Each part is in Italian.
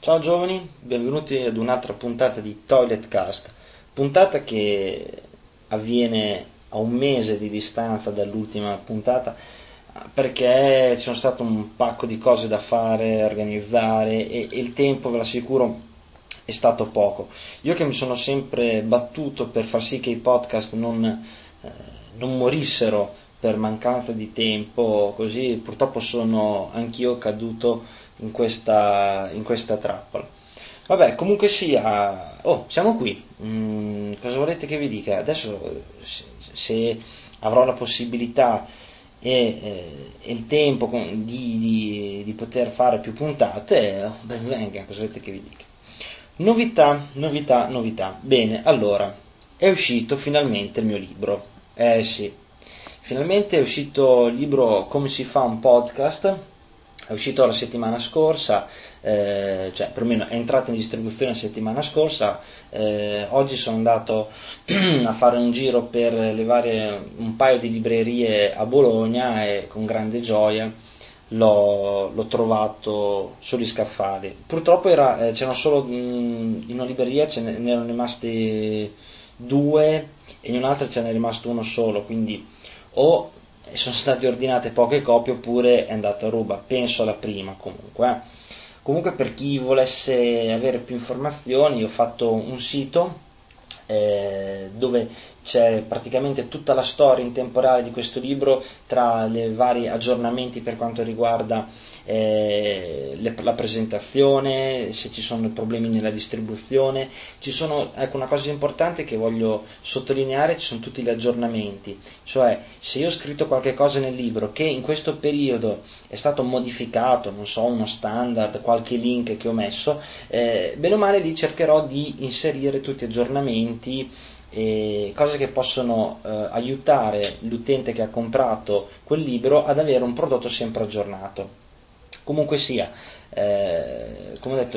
Ciao giovani, benvenuti ad un'altra puntata di Toilet Cast, puntata che avviene a un mese di distanza dall'ultima puntata perché ci sono stato un pacco di cose da fare, organizzare e il tempo, ve l'assicuro, è stato poco. Io che mi sono sempre battuto per far sì che i podcast non morissero per mancanza di tempo, così purtroppo sono anch'io caduto in questa trappola. Vabbè, comunque sia, siamo qui. Cosa volete che vi dica? Adesso, se avrò la possibilità e il tempo di poter fare più puntate, ben venga, cosa volete che vi dica? Novità, novità, novità. Bene, allora, è uscito finalmente il mio libro. Sì, finalmente è uscito il libro Come si fa un podcast. È uscito la settimana scorsa, cioè perlomeno è entrato in distribuzione la settimana scorsa. Oggi sono andato a fare un giro per un paio di librerie a Bologna e con grande gioia l'ho trovato sugli scaffali. Purtroppo c'erano solo in una libreria ne erano rimasti due e in un'altra ce n'è rimasto uno solo, quindi o sono state ordinate poche copie oppure è andata a ruba, penso alla prima comunque. Comunque, per chi volesse avere più informazioni, ho fatto un sito dove c'è praticamente tutta la storia in tempo reale di questo libro, tra i vari aggiornamenti per quanto riguarda la presentazione, se ci sono problemi nella distribuzione. Ecco, una cosa importante che voglio sottolineare: ci sono tutti gli aggiornamenti, cioè se io ho scritto qualche cosa nel libro che in questo periodo è stato modificato, non so, uno standard, qualche link che ho messo, bene o male lì cercherò di inserire tutti gli aggiornamenti, cose che possono aiutare l'utente che ha comprato quel libro ad avere un prodotto sempre aggiornato. Comunque sia, come ho detto,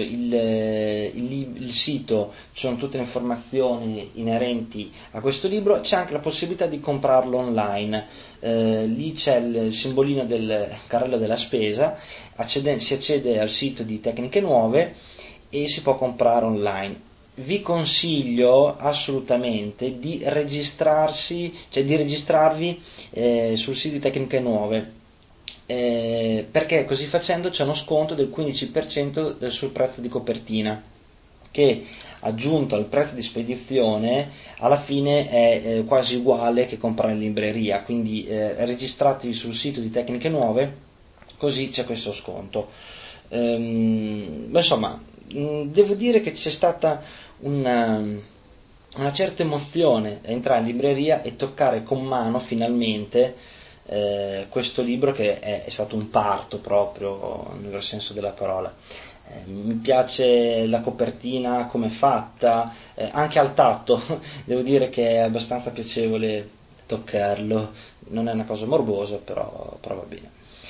il sito, ci sono tutte le informazioni inerenti a questo libro. C'è anche la possibilità di comprarlo online. Lì c'è il simbolino del carrello della spesa, si accede al sito di Tecniche Nuove e si può comprare online. Vi consiglio assolutamente di registrarvi sul sito di Tecniche Nuove, perché così facendo c'è uno sconto del 15% sul prezzo di copertina, che aggiunto al prezzo di spedizione alla fine è quasi uguale che comprare in libreria. Quindi registratevi sul sito di Tecniche Nuove, così c'è questo sconto. Insomma, devo dire che c'è stata una certa emozione a entrare in libreria e toccare con mano finalmente questo libro, che è stato un parto proprio nel vero senso della parola. Mi piace la copertina come è fatta, anche al tatto devo dire che è abbastanza piacevole toccarlo, non è una cosa morbosa, però va bene.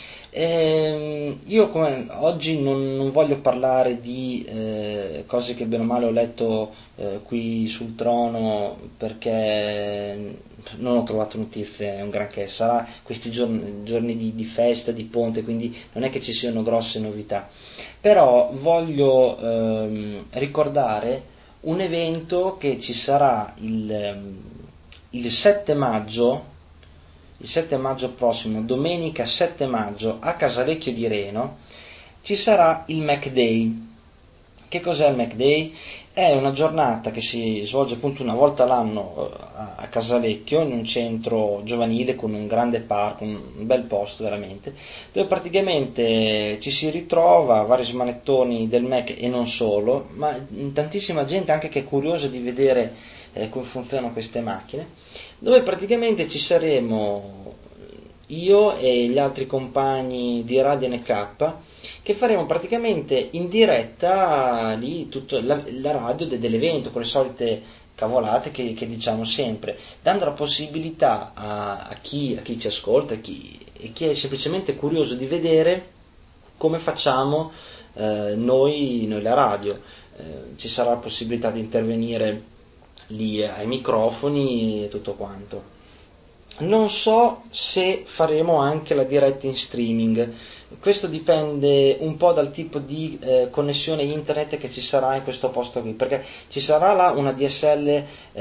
Io oggi non voglio parlare di cose che bene o male ho letto qui sul trono, perché non ho trovato notizie un granché. Sarà questi giorni di festa, di ponte, quindi non è che ci siano grosse novità. Però voglio ricordare un evento che ci sarà il 7 maggio. Il 7 maggio prossimo, domenica 7 maggio, a Casalecchio di Reno, ci sarà il Mac Day. Che cos'è il Mac Day? È una giornata che si svolge appunto una volta l'anno a Casalecchio, in un centro giovanile con un grande parco, un bel posto veramente, dove praticamente ci si ritrova vari smanettoni del Mac e non solo, ma tantissima gente anche che è curiosa di vedere come funzionano queste macchine, dove praticamente ci saremo io e gli altri compagni di Radio NK, che faremo praticamente in diretta lì tutta la radio dell'evento, con le solite cavolate che diciamo sempre, dando la possibilità a chi ci ascolta e chi è semplicemente curioso di vedere come facciamo noi la radio. Ci sarà la possibilità di intervenire lì ai microfoni e tutto quanto. Non so se faremo anche la diretta in streaming, questo dipende un po' dal tipo di connessione internet che ci sarà in questo posto qui, perché ci sarà là una DSL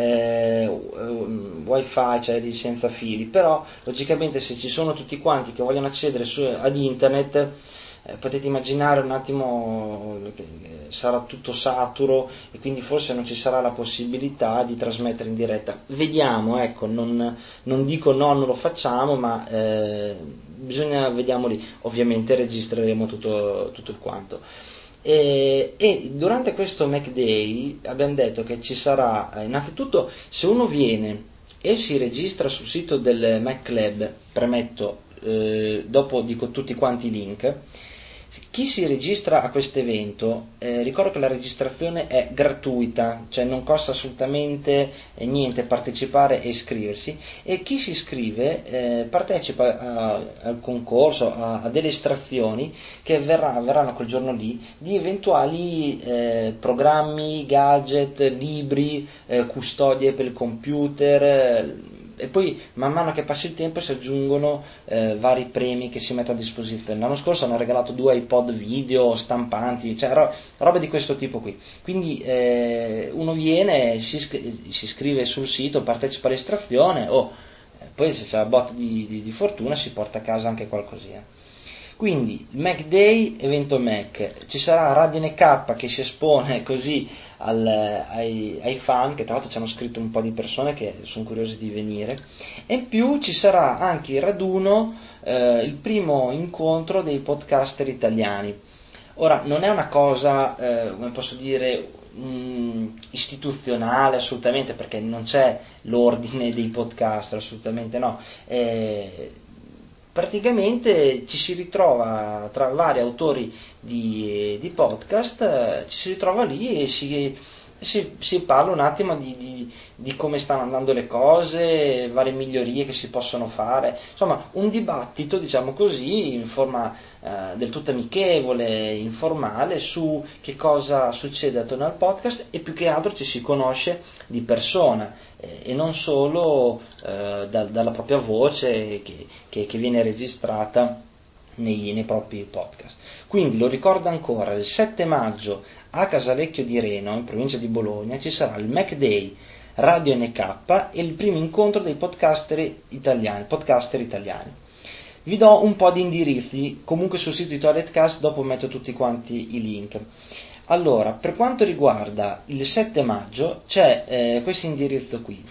wifi, cioè di senza fili, però logicamente se ci sono tutti quanti che vogliono accedere ad internet, potete immaginare un attimo che sarà tutto saturo e quindi forse non ci sarà la possibilità di trasmettere in diretta. Vediamo, ecco, non dico no, non lo facciamo, ma vediamo lì. Ovviamente registreremo tutto il quanto. E durante questo Mac Day abbiamo detto che ci sarà, innanzitutto, se uno viene e si registra sul sito del Mac Club, premetto, dopo dico tutti quanti i link. Chi si registra a questo evento, ricordo che la registrazione è gratuita, cioè non costa assolutamente niente partecipare e iscriversi, e chi si iscrive partecipa al concorso, a delle estrazioni che verranno quel giorno lì di eventuali programmi, gadget, libri, custodie per il computer. E poi man mano che passa il tempo si aggiungono vari premi che si mettono a disposizione. L'anno scorso hanno regalato 2 iPod video stampanti, cioè roba di questo tipo qui. Quindi uno viene, si iscrive sul sito, partecipa all'estrazione, poi se c'è la botta di fortuna si porta a casa anche qualcosina. Quindi il Mac Day, evento Mac, ci sarà Radio NK che si espone così ai fan, che tra l'altro ci hanno scritto un po' di persone che sono curiosi di venire, e in più ci sarà anche il raduno, il primo incontro dei podcaster italiani. Ora, non è una cosa, come posso dire, istituzionale assolutamente, perché non c'è l'ordine dei podcaster, assolutamente no. Praticamente ci si ritrova tra vari autori di podcast, ci si ritrova lì e si parla un attimo di come stanno andando le cose, varie migliorie che si possono fare, insomma un dibattito, diciamo così, in forma del tutto amichevole, informale, su che cosa succede attorno al podcast, e più che altro ci si conosce di persona e non solo dalla propria voce che viene registrata nei propri podcast. Quindi lo ricordo ancora, il 7 maggio a Casalecchio di Reno, in provincia di Bologna, ci sarà il Mac Day Radio NK e il primo incontro dei podcaster italiani. Vi do un po' di indirizzi, comunque sul sito di Toiletcast dopo metto tutti quanti i link. Allora, per quanto riguarda il 7 maggio c'è questo indirizzo qui,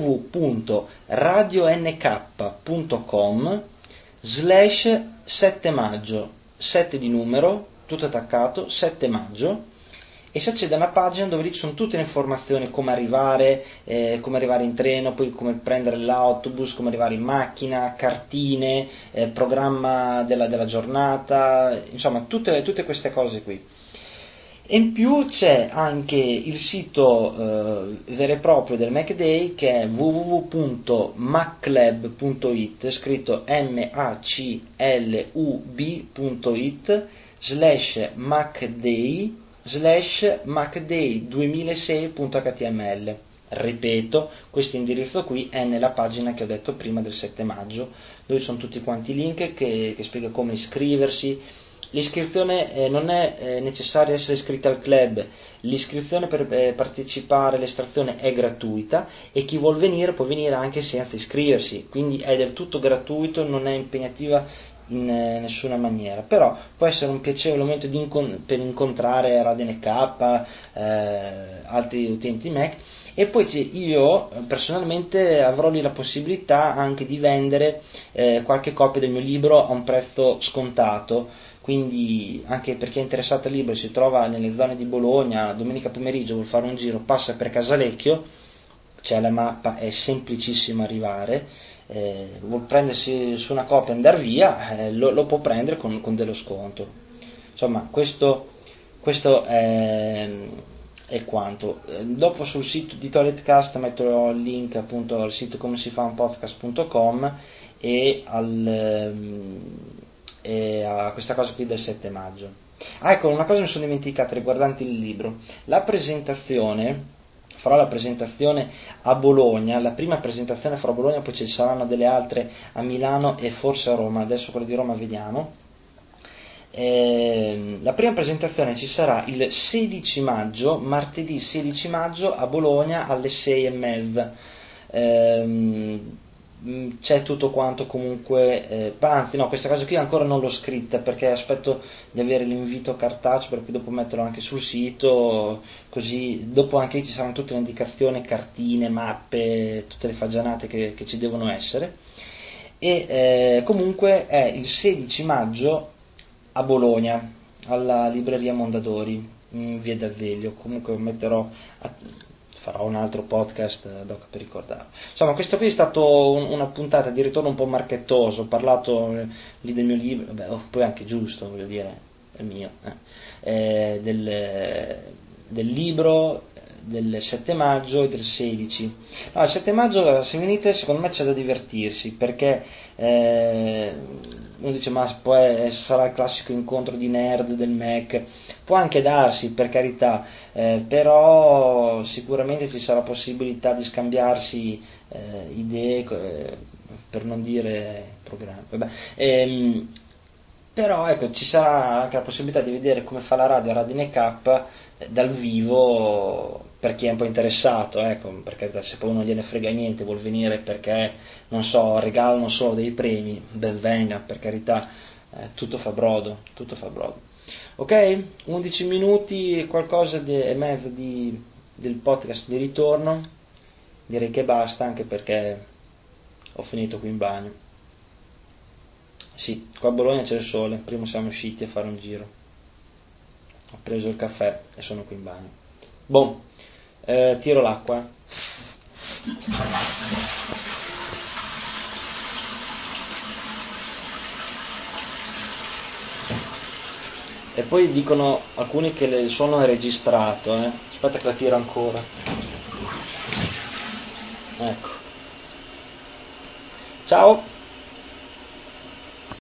www.radionk.com/7 maggio, 7 di numero, tutto attaccato, 7 maggio, e si accede a una pagina dove lì ci sono tutte le informazioni, come arrivare in treno, poi come prendere l'autobus, come arrivare in macchina, cartine, programma della giornata, insomma tutte queste cose qui. E in più c'è anche il sito vero e proprio del Mac Day, che è www.macclub.it, scritto maclub.it/macday/macday2006.html. Ripeto, questo indirizzo qui è nella pagina che ho detto prima del 7 maggio, dove sono tutti quanti i link che spiega come iscriversi. L'iscrizione non è necessario essere iscritti al club, l'iscrizione per partecipare all'estrazione è gratuita e chi vuol venire può venire anche senza iscriversi, quindi è del tutto gratuito, non è impegnativa in nessuna maniera, però può essere un piacevole momento per incontrare Radio NK, altri utenti Mac, e poi io personalmente avrò lì la possibilità anche di vendere qualche copia del mio libro a un prezzo scontato. Quindi anche per chi è interessato al libro, si trova nelle zone di Bologna, domenica pomeriggio vuol fare un giro, passa per Casalecchio, c'è la mappa, è semplicissimo arrivare, vuol prendersi su una copia e andare via, lo può prendere con dello sconto. Insomma, questo è quanto. Dopo sul sito di Toiletcast metterò il link appunto al sito come si fa un podcast.com e a questa cosa qui del 7 maggio. Ecco, una cosa mi sono dimenticato riguardante il libro. La presentazione farò la presentazione a Bologna, la prima presentazione farò a Bologna, poi ci saranno delle altre a Milano e forse a Roma, adesso quella di Roma vediamo. La prima presentazione ci sarà il 16 maggio, martedì 16 maggio a Bologna alle 6:30. C'è tutto quanto comunque, anzi no, questa cosa qui ancora non l'ho scritta perché aspetto di avere l'invito cartaceo per poi dopo metterlo anche sul sito, così dopo anche lì ci saranno tutte le indicazioni, cartine, mappe, tutte le fagianate che ci devono essere. E comunque è il 16 maggio a Bologna, alla libreria Mondadori, in via d'Azeglio. Comunque farò un altro podcast dopo per ricordarlo. Insomma, questo qui è stato una puntata di ritorno un po' marchettoso, ho parlato lì del mio libro, vabbè, poi anche giusto, voglio dire, è mio, del libro del 7 maggio e del 16. No, il 7 maggio, se venite, secondo me c'è da divertirsi, perché uno dice ma poi sarà il classico incontro di nerd del Mac, può anche darsi, per carità, però sicuramente ci sarà possibilità di scambiarsi idee, per non dire programmi, vabbè. Però ecco, ci sarà anche la possibilità di vedere come fa la radio a Radio NK dal vivo, per chi è un po' interessato, ecco, perché se poi uno gliene frega niente, vuol venire perché, non so, regalano solo dei premi, ben venga, per carità, tutto fa brodo, tutto fa brodo. Ok? 11 minuti e qualcosa e mezzo del podcast di ritorno, direi che basta, anche perché ho finito qui in bagno. Sì, qua a Bologna c'è il sole, prima siamo usciti a fare un giro, ho preso il caffè e sono qui in bagno. Boh, tiro l'acqua. E poi dicono alcuni che il suono è registrato, aspetta che la tiro ancora. Ecco. Ciao!